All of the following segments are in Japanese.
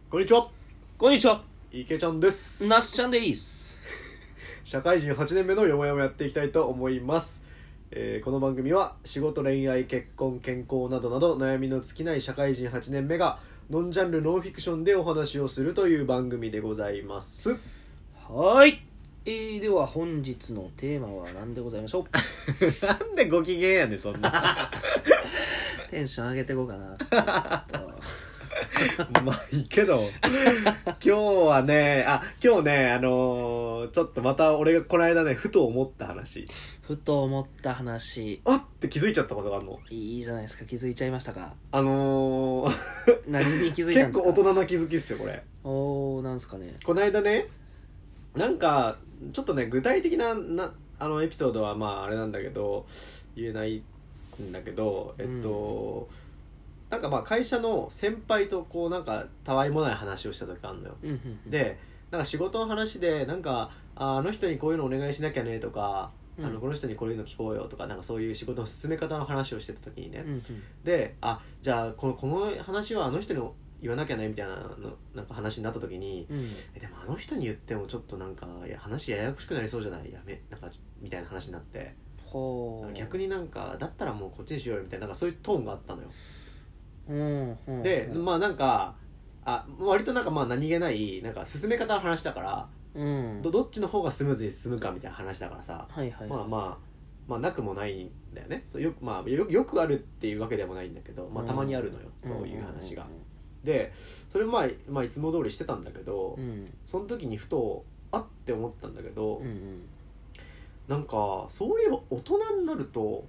こんにちは。 こんにちは。 池ちゃんです。 なすちゃんでいいっす。 社会人8年目のよもやもやっていきたいと思います。この番組は仕事、恋愛、結婚、健康などなど悩みの尽きない社会人8年目がノンジャンルノンフィクションでお話をするという番組でございます。 はい。では本日のテーマは何でございましょう。 なんでご機嫌やねんそんな。 テンション上げていこうかなってちょっとまあいいけど今日ねちょっとまた俺がこの間ねふと思った話ふと思った話。 あって気づいちゃったことがあるの。 いいじゃないですか。気づいちゃいましたか。 何に気づいたんですか。 結構大人な気づきっすよこれ。 なんすかね。 この間ねなんかちょっとね具体的なエピソードはまああれなんだけど言えないんだけどなんかまあ会社の先輩とこうなんかたわいもない話をした時あるのよ、でなんか仕事の話でなんかあの人にこういうのお願いしなきゃねとか、この人にこういうの聞こうよとかなんかそういう仕事の進め方の話をしてた時にね、でじゃあこの話はあの人に言わなきゃねみたいなのなんか話になった時に、でもあの人に言ってもちょっとなんか話ややこしくなりそうじゃないなんかみたいな話になって、逆になんかだったらもうこっちにしようよみたいな、なんかそういうトーンがあったのよ。でまあなんか割となんかまあ何気ないなんか進め方の話だから、どっちの方がスムーズに進むかみたいな話だからさ、まあなくもないんだよね。そうよくあるっていうわけでもないんだけど、まあたまにあるのよ、そういう話が。でそれまあいつも通りしてたんだけど、その時にふとって思ったんだけど、なんかそういえば大人になると、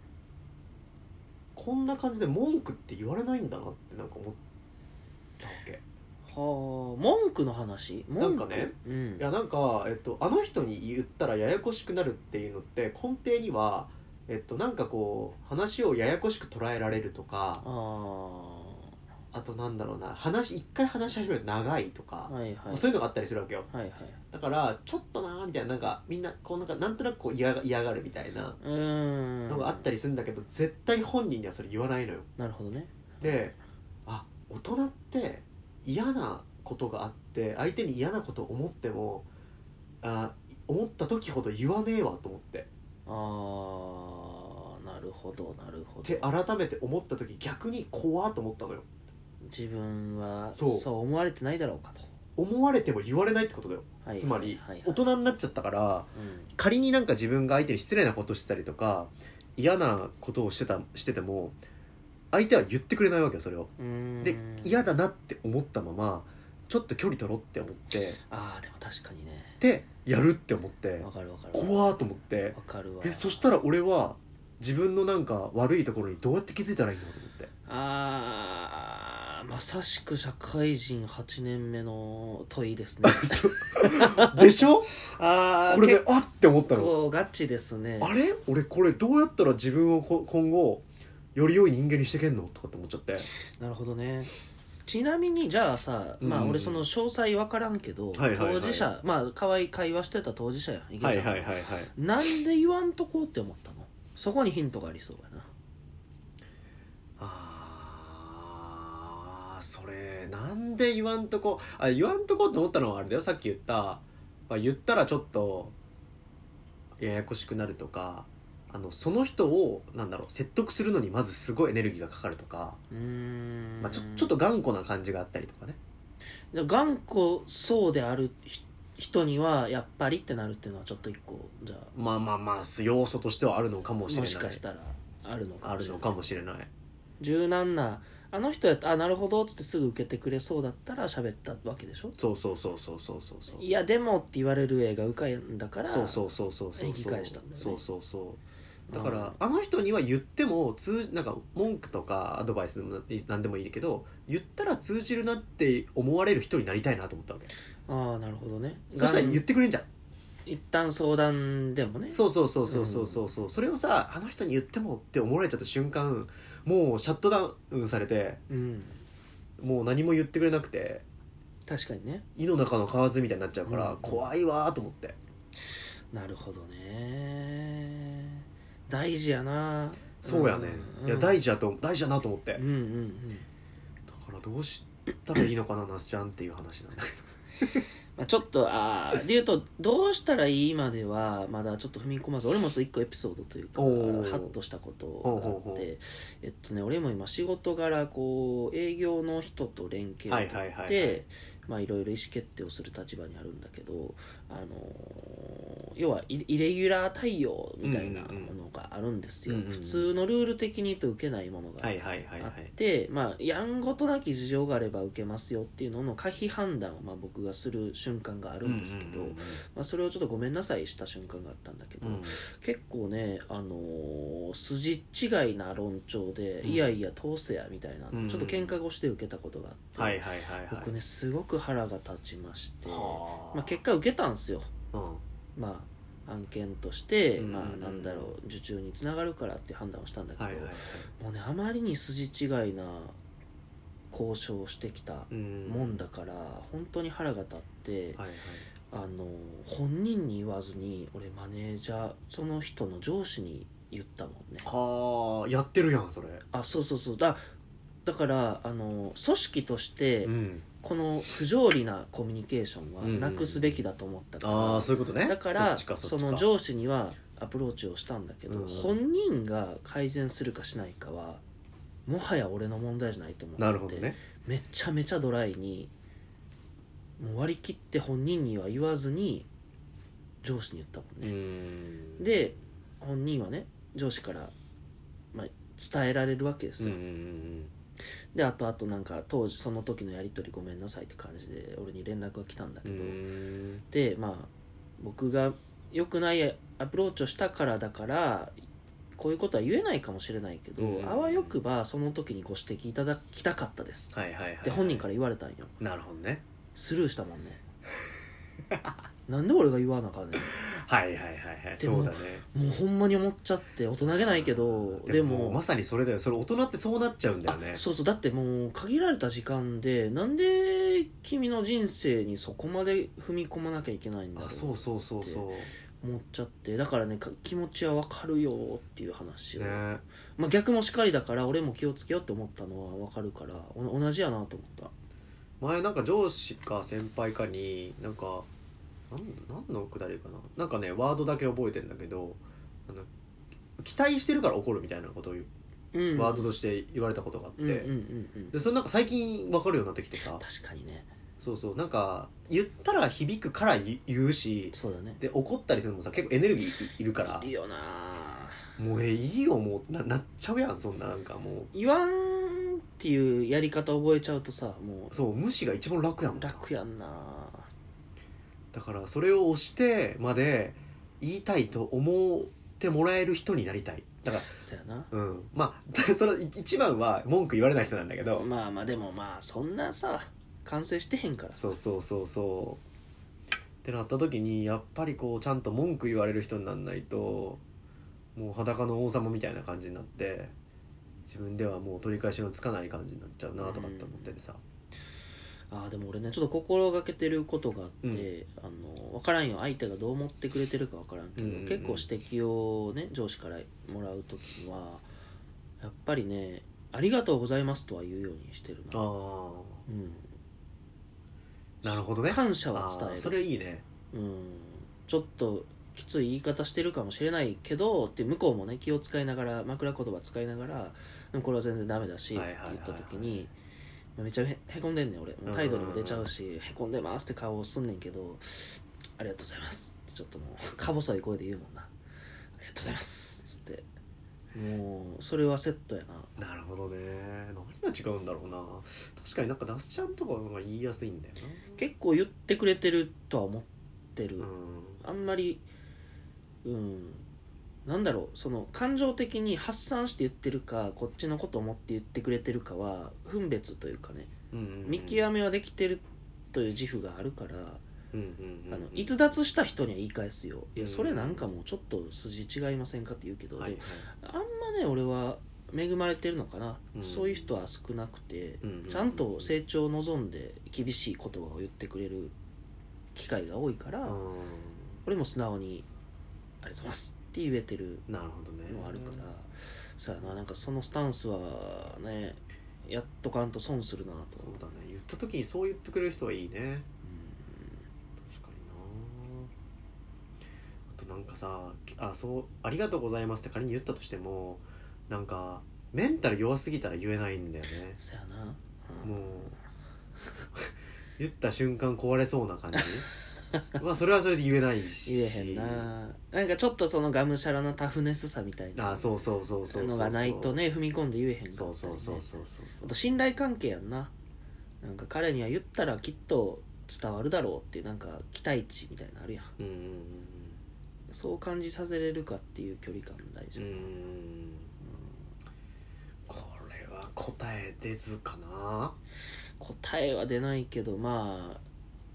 こんな感じで文句って言われないんだなってなんか思ったわけ。 文句の話なんかね、いやなんか、あの人に言ったらややこしくなるっていうのって根底には、なんかこう話をややこしく捉えられるとか、あとなんだろうな、一回話し始めると長いとか、そういうのがあったりするわけよ、だからちょっとなーみたいな、なんかみんなこうなんとなくこう嫌がるみたいなのがあったりするんだけど、絶対本人にはそれ言わないのよ。 なるほどね。 で大人って嫌なことがあって相手に嫌なことを思っても思った時ほど言わねえわと思って、 なるほどって改めて思った時逆に怖と思ったのよ。 自分はそう思われてないだろうかと思われても言われないってことだよ、つまり、大人になっちゃったから、仮になんか自分が相手に失礼なことしてたりとか嫌なことをしてても相手は言ってくれないわけよそれを。で嫌だなって思ったままちょっと距離取ろうって思って、でも確かにねってやるって思って、怖と思って、そしたら俺は自分のなんか悪いところにどうやって気づいたらいいのと思って、 まさしく社会人8年目の問いですね。 でしょ。これでって思ったの。 結構ガチですね。 あれ俺これどうやったら自分を今後より良い人間にしてけんのとかって思っちゃって。 なるほどね。ちなみにじゃあさ、俺その詳細分からんけど、当事者可愛い会話してた当事者やん、なんで言わんとこうって思ったの。そこにヒントがありそうやな。 それなんで言わんとこって思ったのはあれだよ、さっき言ったらちょっとややこしくなるとか、その人を説得するのにまずすごいエネルギーがかかるとか、ちょっと頑固な感じがあったりとかね。 頑固そうである人にはやっぱりってなるっていうのはちょっと一個じゃあ要素としてはあるのかもしれない。 もしかしたらあるのかもしれない。 柔軟な人やったらなるほどっつってすぐ受けてくれそうだったら喋ったわけでしょ。そういやでもって言われる映画受かんだから言い返したんだよね。 だからあの人には言ってもなんか文句とかアドバイスでも何でもいいけど言ったら通じるなって思われる人になりたいなと思ったわけ。 なるほどね。 そしたら言ってくれんじゃん、 一旦相談でもね。 そうそれをさあの人に言ってもって思われちゃった瞬間もうシャットダウンされて、もう何も言ってくれなくて、 確かにね、 井の中の蛙みたいになっちゃうから、怖いわと思って。 なるほどね。大事やな。 そうやね、いや大事やなと思って、だからどうしたらいいのかななすちゃんっていう話なんだけどまあちょっとで言うとどうしたらいいまではまだちょっと踏み込まず、俺も一個エピソードというかハッとしたことがあって、俺も今仕事柄こう営業の人と連携を取っていろいろ意思決定をする立場にあるんだけど、要はイレギュラー対応みたいなものがあるんですよ、普通のルール的に言うと受けないものがあって、やんごとなき事情があれば受けますよっていうのの可否判断を僕がする瞬間があるんですけど、それをちょっとごめんなさいした瞬間があったんだけど、結構ね、筋違いな論調で、いやいや通せやみたいな、ちょっと喧嘩腰で受けたことがあって、僕ねすごく腹が立ちまして、結果受けたんですよ、案件として、なんだろう受注につながるからって判断をしたんだけど、もうねあまりに筋違いな交渉をしてきたもんだから本当に腹が立って、本人に言わずに俺マネージャーその人の上司に言ったもんね。 はあ、やってるやんそれ。 そうだから組織として、この不条理なコミュニケーションはなくすべきだと思ったから、 そういうことね。 だからその上司にはアプローチをしたんだけど、本人が改善するかしないかはもはや俺の問題じゃないと思って、 なるほどね、 めちゃめちゃドライにもう割り切って本人には言わずに上司に言ったもんね。で本人はね上司から、伝えられるわけですよ。であとなんか当時その時のやり取りごめんなさいって感じで俺に連絡が来たんだけど、で僕が良くないアプローチをしたからだからこういうことは言えないかもしれないけど、あわよくばその時にご指摘いただきたかったです、で本人から言われたんよ。 なるほどね。 スルーしたもんねなんで俺が言わなあかんねん。 そうだね。 もうほんまに思っちゃって大人げないけど、でもまさにそれだよ。それ大人ってそうなっちゃうんだよね。 そうだってもう限られた時間でなんで君の人生にそこまで踏み込まなきゃいけないんだろうって思っちゃって、だからね気持ちは分かるよっていう話を、逆もしかりだから俺も気をつけようって思ったのは分かるから同じやなと思った。 前なんか上司か先輩かになんか何のくだりかな、なんかねワードだけ覚えてるんだけど、期待してるから怒るみたいなことをワードとして言われたことがあって、でそれなんか最近分かるようになってきてさ。 確かにね。 そうなんか言ったら響くから言うし、 そうだね。 で怒ったりするのもさ結構エネルギーいるから。 いるよな。 もういいよもう なっちゃうやんそんな。なんかもう言わんっていうやり方覚えちゃうとさ、もうそう無視が一番楽やもん。 楽やんな。 だからそれを押してまで言いたいと思ってもらえる人になりたい。だからそうやな。 その一番は文句言われない人なんだけど、 でもそんなさ完成してへんから。 そうってなった時にやっぱりこうちゃんと文句言われる人にならないともう裸の王様みたいな感じになって自分ではもう取り返しのつかない感じになっちゃうなとかって思っててさ。 でも俺ねちょっと心がけてることがあって、分からんよ相手がどう思ってくれてるか分からんけど、結構指摘をね上司からもらう時にはやっぱりねありがとうございますとは言うようにしてるな。 なるほどね。 感謝は伝える。 それいいね。 ちょっときつい言い方してるかもしれないけどって向こうもね気を使いながら枕言葉使いながらでもこれは全然ダメだしって言った時にめっちゃへこんでんねん俺。態度にも出ちゃうしへこんでますって顔をすんねんけど、ありがとうございますってちょっともうか細い声で言うもんな。ありがとうございますっつってもうそれはセットやな。 なるほどね。何が違うんだろうな。確かになんかナスちゃんとかが言いやすいんだよな。 結構言ってくれてるとは思ってる。あんまりなんだろうその感情的に発散して言ってるかこっちのことを思って言ってくれてるかは分別というかね、見極めはできてるという自負があるから、逸脱した人には言い返すよ。いやそれなんかもうちょっと筋違いませんかって言うけど、あんまね俺は恵まれてるのかな、そういう人は少なくて、ちゃんと成長を望んで厳しい言葉を言ってくれる機会が多いから、俺も素直にありがとうございますって言えてるのはあるから、そうやな。なんかそのスタンスはねやっとかんと損するなと。 そうだね、言った時にそう言ってくれる人はいいね。確かにな。あとなんかさ、そうありがとうございますって仮に言ったとしても、なんかメンタル弱すぎたら言えないんだよね。 そやな、 もう言った瞬間壊れそうな感じまあそれはそれで言えないし、 言えへんな。なんかちょっとそのがむしゃらなタフネスさみたいなそうのがないとね、踏み込んで言えへんから、ね、 そうあと信頼関係やんな。なんか彼には言ったらきっと伝わるだろうっていうなんか期待値みたいなのあるやん。そう感じさせれるかっていう距離感大事。 これは答え出ずかな。 答えは出ないけど、まあ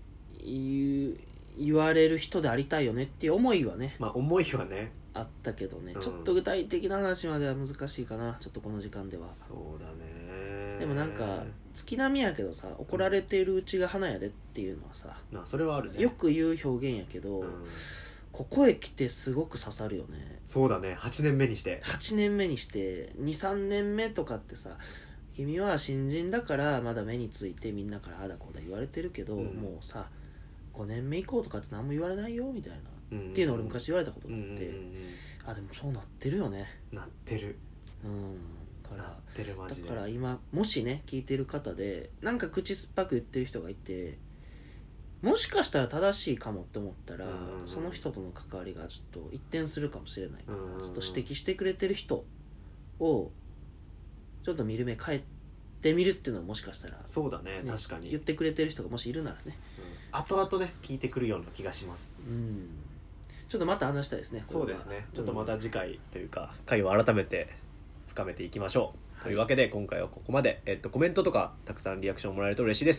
言われる人でありたいよねっていう思いはね、 まあ思いはねあったけどね、ちょっと具体的な話までは難しいかな、ちょっとこの時間では。 そうだね。 でもなんか月並みやけどさ、怒られているうちが花やでっていうのはさ、 それはあるね。 よく言う表現やけど、ここへ来てすごく刺さるよね。 そうだね、8年目にして 23年目とかってさ、君は新人だからまだ目についてみんなからあだこうだ言われてるけど、もうさ5年目以降とかって何も言われないよみたいな、っていうのを俺昔言われたことがあって、でもそうなってるよね。 なってる。 なってるマジで。 だから今もしね聞いてる方でなんか口酸っぱく言ってる人がいて、もしかしたら正しいかもって思ったら、その人との関わりがちょっと一転するかもしれないから、ちょっと指摘してくれてる人をちょっと見る目変えてみるっていうのはもしかしたら、 そうだね、確かに言ってくれてる人がもしいるならね、 後々ね聞いてくるような気がします。 ちょっとまた話したいですね。 そうですね、ちょっとまた次回というか回を改めて深めていきましょう、というわけで今回はここまで。コメントとかたくさんリアクションもらえると嬉しいです。